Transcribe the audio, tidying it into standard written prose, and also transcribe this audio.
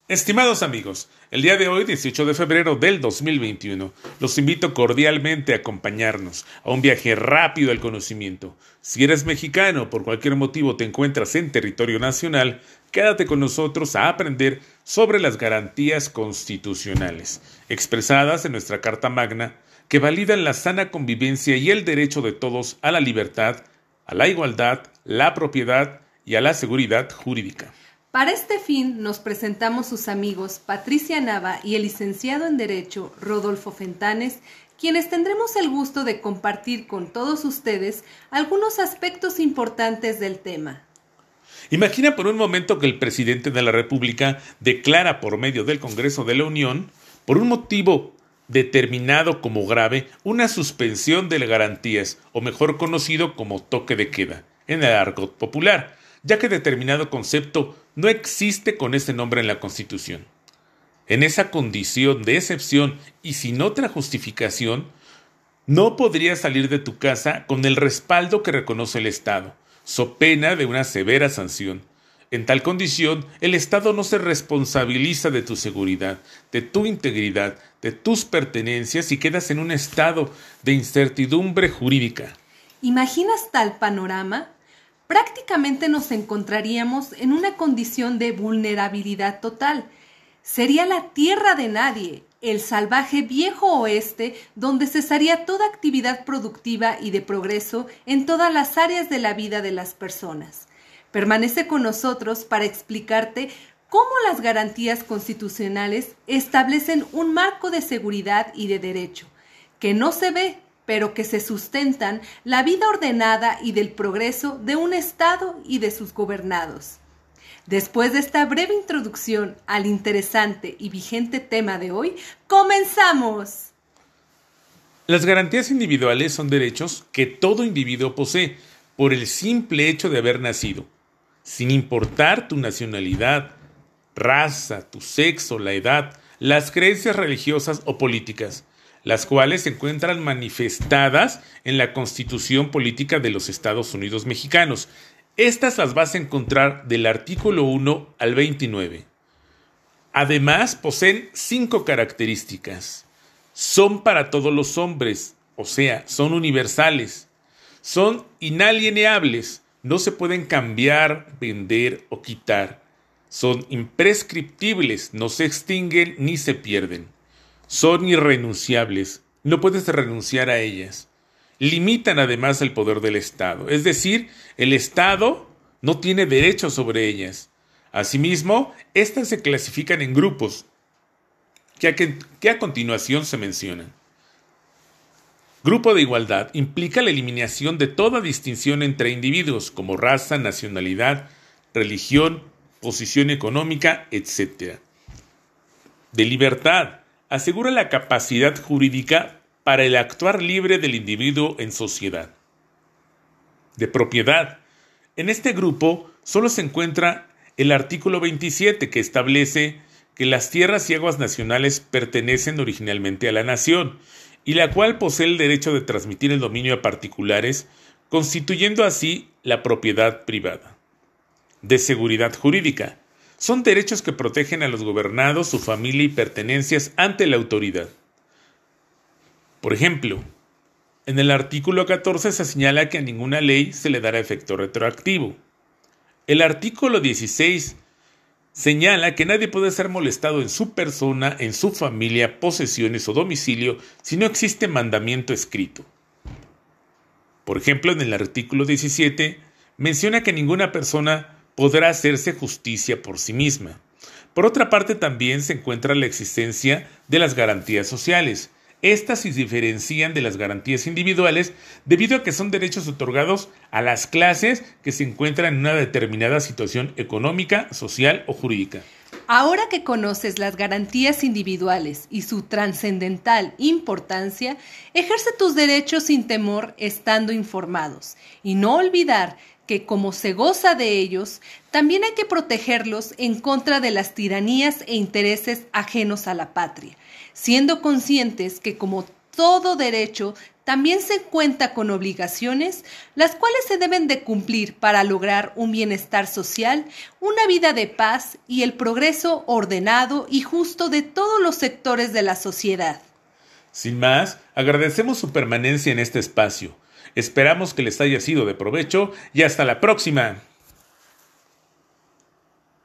Estimados amigos, el día de hoy, 18 de febrero del 2021, los invito cordialmente a acompañarnos a un viaje rápido al conocimiento. Si eres mexicano o por cualquier motivo te encuentras en territorio nacional, quédate con nosotros a aprender sobre las garantías constitucionales, expresadas en nuestra Carta Magna, que validan la sana convivencia y el derecho de todos a la libertad, a la igualdad, la propiedad y a la seguridad jurídica. Para este fin nos presentamos sus amigos Patricia Nava y el licenciado en Derecho Rodolfo Fentanes, quienes tendremos el gusto de compartir con todos ustedes algunos aspectos importantes del tema. Imagina por un momento que el presidente de la República declara por medio del Congreso de la Unión, por un motivo determinado como grave, una suspensión de las garantías, o mejor conocido como toque de queda, en el argot popular, ya que determinado concepto no existe con ese nombre en la Constitución. En esa condición de excepción y sin otra justificación, no podrías salir de tu casa con el respaldo que reconoce el Estado, so pena de una severa sanción. En tal condición, el Estado no se responsabiliza de tu seguridad, de tu integridad, de tus pertenencias y quedas en un estado de incertidumbre jurídica. ¿Imaginas tal panorama? Prácticamente nos encontraríamos en una condición de vulnerabilidad total. Sería la tierra de nadie, el salvaje viejo oeste, donde cesaría toda actividad productiva y de progreso en todas las áreas de la vida de las personas. Permanece con nosotros para explicarte cómo las garantías constitucionales establecen un marco de seguridad y de derecho, que no se ve, pero que se sustentan la vida ordenada y del progreso de un Estado y de sus gobernados. Después de esta breve introducción al interesante y vigente tema de hoy, ¡comenzamos! Las garantías individuales son derechos que todo individuo posee por el simple hecho de haber nacido, sin importar tu nacionalidad, raza, tu sexo, la edad, las creencias religiosas o políticas, las cuales se encuentran manifestadas en la Constitución Política de los Estados Unidos Mexicanos. Estas las vas a encontrar del artículo 1 al 29. Además, poseen 5 características. Son para todos los hombres, o sea, son universales. Son inalienables, no se pueden cambiar, vender o quitar. Son imprescriptibles, no se extinguen ni se pierden. Son irrenunciables, no puedes renunciar a ellas. Limitan además el poder del Estado, es decir, el Estado no tiene derecho sobre ellas. Asimismo, estas se clasifican en grupos, que a continuación se mencionan. Grupo de igualdad implica la eliminación de toda distinción entre individuos, como raza, nacionalidad, religión, posición económica, etc. De libertad asegura la capacidad jurídica para el actuar libre del individuo en sociedad. De propiedad. En este grupo solo se encuentra el artículo 27 que establece que las tierras y aguas nacionales pertenecen originalmente a la nación y la cual posee el derecho de transmitir el dominio a particulares, constituyendo así la propiedad privada. De seguridad jurídica. Son derechos que protegen a los gobernados, su familia y pertenencias ante la autoridad. Por ejemplo, en el artículo 14 se señala que a ninguna ley se le dará efecto retroactivo. El artículo 16 señala que nadie puede ser molestado en su persona, en su familia, posesiones o domicilio si no existe mandamiento escrito. Por ejemplo, en el artículo 17 menciona que ninguna persona podrá hacerse justicia por sí misma. Por otra parte, también se encuentra la existencia de las garantías sociales. Estas se diferencian de las garantías individuales debido a que son derechos otorgados a las clases que se encuentran en una determinada situación económica, social o jurídica. Ahora que conoces las garantías individuales y su trascendental importancia, ejerce tus derechos sin temor estando informados y no olvidar que como se goza de ellos, también hay que protegerlos en contra de las tiranías e intereses ajenos a la patria, siendo conscientes que como todo derecho también se cuenta con obligaciones, las cuales se deben de cumplir para lograr un bienestar social, una vida de paz y el progreso ordenado y justo de todos los sectores de la sociedad. Sin más, agradecemos su permanencia en este espacio. Esperamos que les haya sido de provecho y hasta la próxima.